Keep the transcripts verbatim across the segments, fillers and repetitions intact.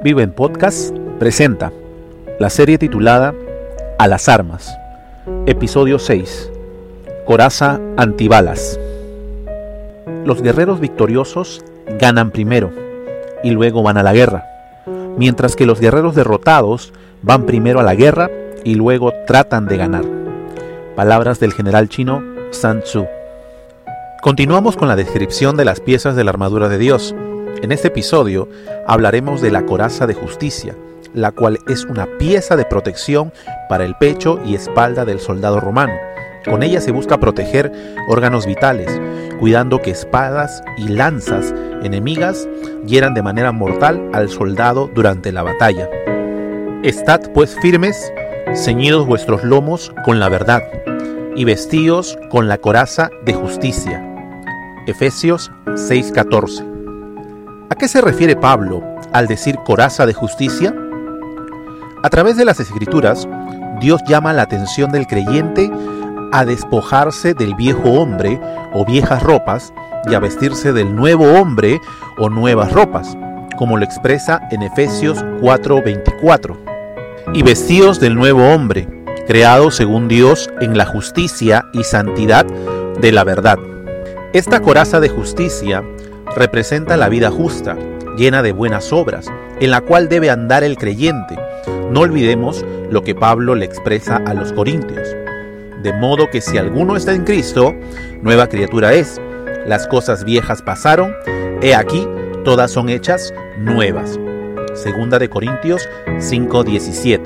Viven Podcast presenta la serie titulada A las armas, episodio seis, Coraza antibalas. Los guerreros victoriosos ganan primero y luego van a la guerra, mientras que los guerreros derrotados van primero a la guerra y luego tratan de ganar. Palabras del general chino Sun Tzu. Continuamos con la descripción de las piezas de la armadura de Dios. En este episodio hablaremos de la coraza de justicia, la cual es una pieza de protección para el pecho y espalda del soldado romano. Con ella se busca proteger órganos vitales, cuidando que espadas y lanzas enemigas hieran de manera mortal al soldado durante la batalla. Estad pues firmes, ceñidos vuestros lomos con la verdad, y vestíos con la coraza de justicia. Efesios seis catorce. ¿A qué se refiere Pablo al decir coraza de justicia? A través de las Escrituras, Dios llama la atención del creyente a despojarse del viejo hombre o viejas ropas y a vestirse del nuevo hombre o nuevas ropas, como lo expresa en Efesios cuatro veinticuatro. Y vestíos del nuevo hombre, creado según Dios en la justicia y santidad de la verdad. Esta coraza de justicia representa la vida justa, llena de buenas obras, en la cual debe andar el creyente. No olvidemos lo que Pablo le expresa a los corintios. De modo que si alguno está en Cristo, nueva criatura es. Las cosas viejas pasaron, he aquí, todas son hechas nuevas. Segunda de Corintios cinco diecisiete.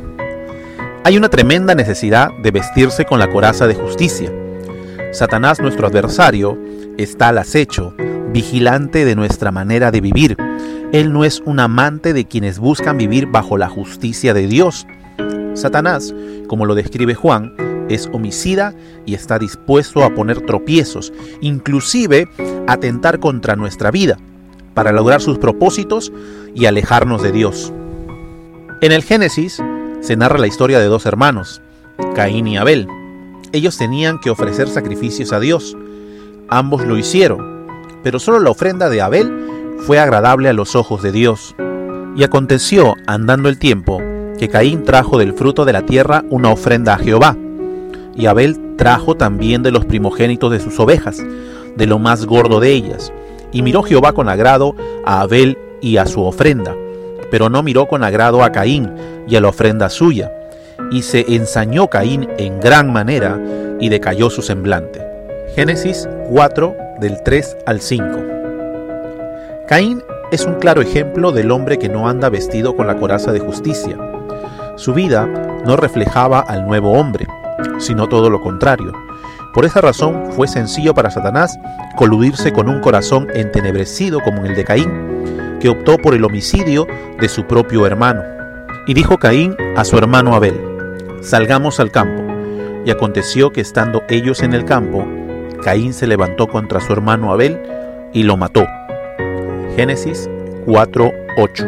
Hay una tremenda necesidad de vestirse con la coraza de justicia. Satanás, nuestro adversario, está al acecho, vigilante de nuestra manera de vivir. Él no es un amante de quienes buscan vivir bajo la justicia de Dios. Satanás, como lo describe Juan, es homicida y está dispuesto a poner tropiezos, inclusive a atentar contra nuestra vida, para lograr sus propósitos y alejarnos de Dios. En el Génesis se narra la historia de dos hermanos, Caín y Abel. Ellos tenían que ofrecer sacrificios a Dios. Ambos lo hicieron, pero solo la ofrenda de Abel fue agradable a los ojos de Dios. Y aconteció, andando el tiempo, que Caín trajo del fruto de la tierra una ofrenda a Jehová, y Abel trajo también de los primogénitos de sus ovejas, de lo más gordo de ellas. Y miró Jehová con agrado a Abel y a su ofrenda, pero no miró con agrado a Caín y a la ofrenda suya. Y se ensañó Caín en gran manera, y decayó su semblante. Génesis cuatro, del tres al cinco. Caín es un claro ejemplo del hombre que no anda vestido con la coraza de justicia. Su vida no reflejaba al nuevo hombre, sino todo lo contrario. Por esa razón fue sencillo para Satanás coludirse con un corazón entenebrecido como el de Caín, que optó por el homicidio de su propio hermano. Y dijo Caín a su hermano Abel: salgamos al campo. Y aconteció que estando ellos en el campo, Caín se levantó contra su hermano Abel y lo mató. Génesis cuatro ocho.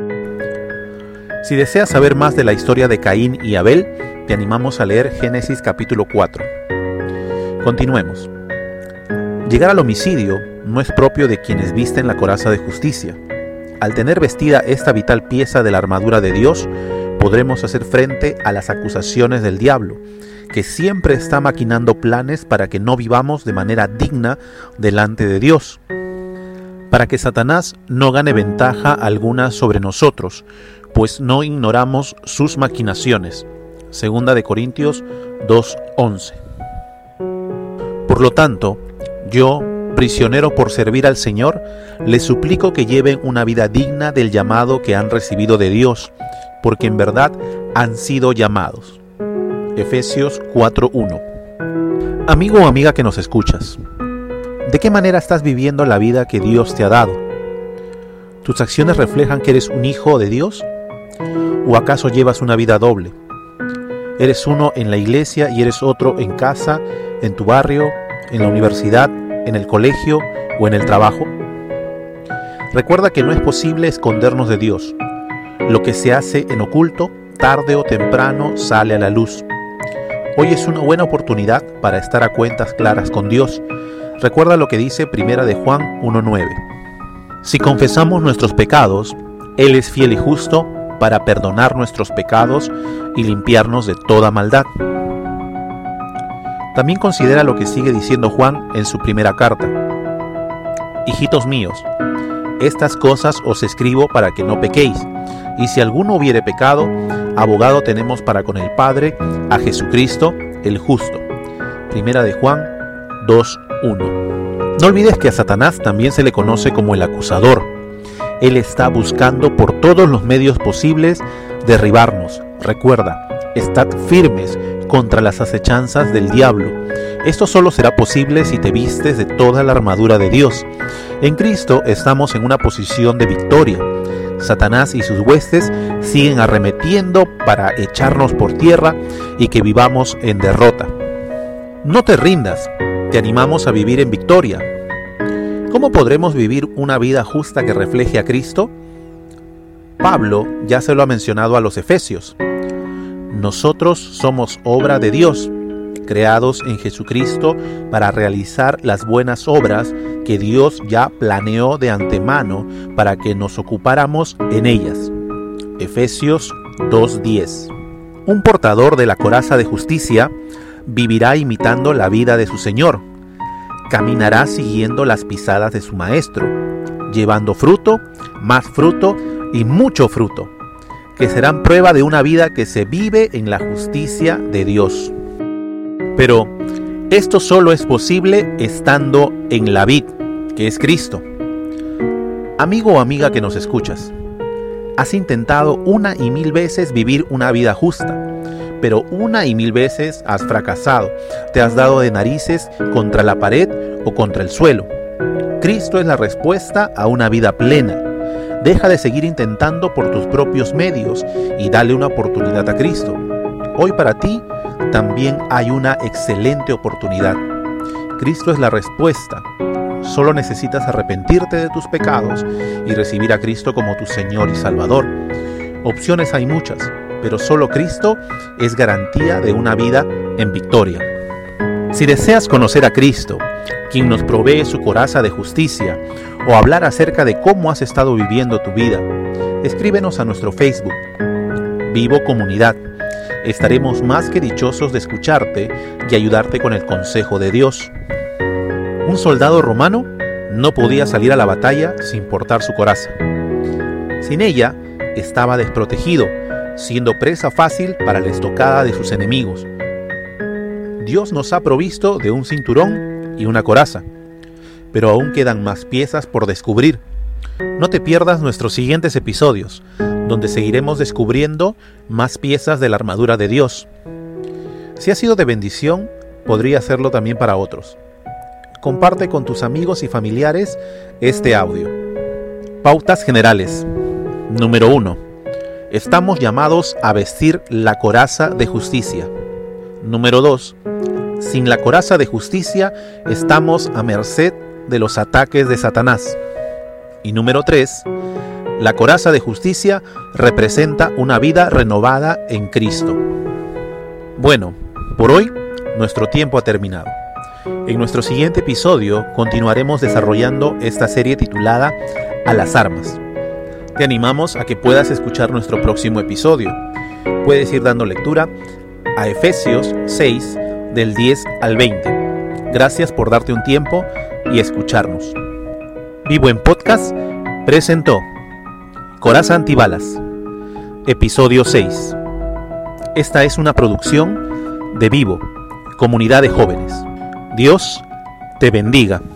Si deseas saber más de la historia de Caín y Abel, te animamos a leer Génesis capítulo cuatro. Continuemos. Llegar al homicidio no es propio de quienes visten la coraza de justicia. Al tener vestida esta vital pieza de la armadura de Dios, podremos hacer frente a las acusaciones del diablo, que siempre está maquinando planes para que no vivamos de manera digna delante de Dios, para que Satanás no gane ventaja alguna sobre nosotros, pues no ignoramos sus maquinaciones. Segunda de Corintios dos once. Por lo tanto, yo, prisionero por servir al Señor, les suplico que lleven una vida digna del llamado que han recibido de Dios, porque en verdad han sido llamados. Efesios cuatro uno. Amigo o amiga que nos escuchas, ¿de qué manera estás viviendo la vida que Dios te ha dado? ¿Tus acciones reflejan que eres un hijo de Dios? ¿O acaso llevas una vida doble? ¿Eres uno en la iglesia y eres otro en casa, en tu barrio, en la universidad, en el colegio o en el trabajo? Recuerda que no es posible escondernos de Dios. Lo que se hace en oculto, tarde o temprano sale a la luz. Hoy es una buena oportunidad para estar a cuentas claras con Dios. Recuerda lo que dice Primera de Juan uno nueve. Si confesamos nuestros pecados, Él es fiel y justo para perdonar nuestros pecados y limpiarnos de toda maldad. También considera lo que sigue diciendo Juan en su primera carta. Hijitos míos, estas cosas os escribo para que no pequéis, y si alguno hubiere pecado, abogado tenemos para con el Padre, a Jesucristo el justo. Primera de Juan dos uno. No olvides que a Satanás también se le conoce como el acusador. Él está buscando por todos los medios posibles derribarnos. Recuerda, estad firmes contra las acechanzas del diablo. Esto solo será posible si te vistes de toda la armadura de Dios. En Cristo estamos en una posición de victoria. Satanás y sus huestes siguen arremetiendo para echarnos por tierra y que vivamos en derrota. No te rindas, te animamos a vivir en victoria. ¿Cómo podremos vivir una vida justa que refleje a Cristo? Pablo ya se lo ha mencionado a los Efesios. Nosotros somos obra de Dios, creados en Jesucristo para realizar las buenas obras que Dios ya planeó de antemano para que nos ocupáramos en ellas. Efesios dos diez. Un portador de la coraza de justicia vivirá imitando la vida de su Señor. Caminará siguiendo las pisadas de su Maestro, llevando fruto, más fruto y mucho fruto, que serán prueba de una vida que se vive en la justicia de Dios. Pero esto solo es posible estando en la vid, que es Cristo. Amigo o amiga que nos escuchas, has intentado una y mil veces vivir una vida justa, pero una y mil veces has fracasado, te has dado de narices contra la pared o contra el suelo. Cristo es la respuesta a una vida plena. Deja de seguir intentando por tus propios medios y dale una oportunidad a Cristo. Hoy para ti también hay una excelente oportunidad. Cristo es la respuesta. Solo necesitas arrepentirte de tus pecados y recibir a Cristo como tu Señor y Salvador. Opciones hay muchas, pero solo Cristo es garantía de una vida en victoria. Si deseas conocer a Cristo, quien nos provee su coraza de justicia, o hablar acerca de cómo has estado viviendo tu vida, escríbenos a nuestro Facebook, Vivo Comunidad. Estaremos más que dichosos de escucharte y ayudarte con el consejo de Dios. Un soldado romano no podía salir a la batalla sin portar su coraza. Sin ella, estaba desprotegido, siendo presa fácil para la estocada de sus enemigos. Dios nos ha provisto de un cinturón y una coraza, pero aún quedan más piezas por descubrir. No te pierdas nuestros siguientes episodios, donde seguiremos descubriendo más piezas de la armadura de Dios. Si ha sido de bendición, podría hacerlo también para otros. Comparte con tus amigos y familiares este audio. Pautas generales. Número uno. Estamos llamados a vestir la coraza de justicia. Número dos. Sin la coraza de justicia, estamos a merced de los ataques de Satanás. Y número tres. La coraza de justicia representa una vida renovada en Cristo. Bueno, por hoy nuestro tiempo ha terminado. En nuestro siguiente episodio continuaremos desarrollando esta serie titulada A las armas. Te animamos a que puedas escuchar nuestro próximo episodio. Puedes ir dando lectura a Efesios seis del diez al veinte. Gracias por darte un tiempo y escucharnos. Vivo en Podcast presentó Coraza Antibalas, episodio seis. Esta es una producción de Vivo, comunidad de jóvenes. Dios te bendiga.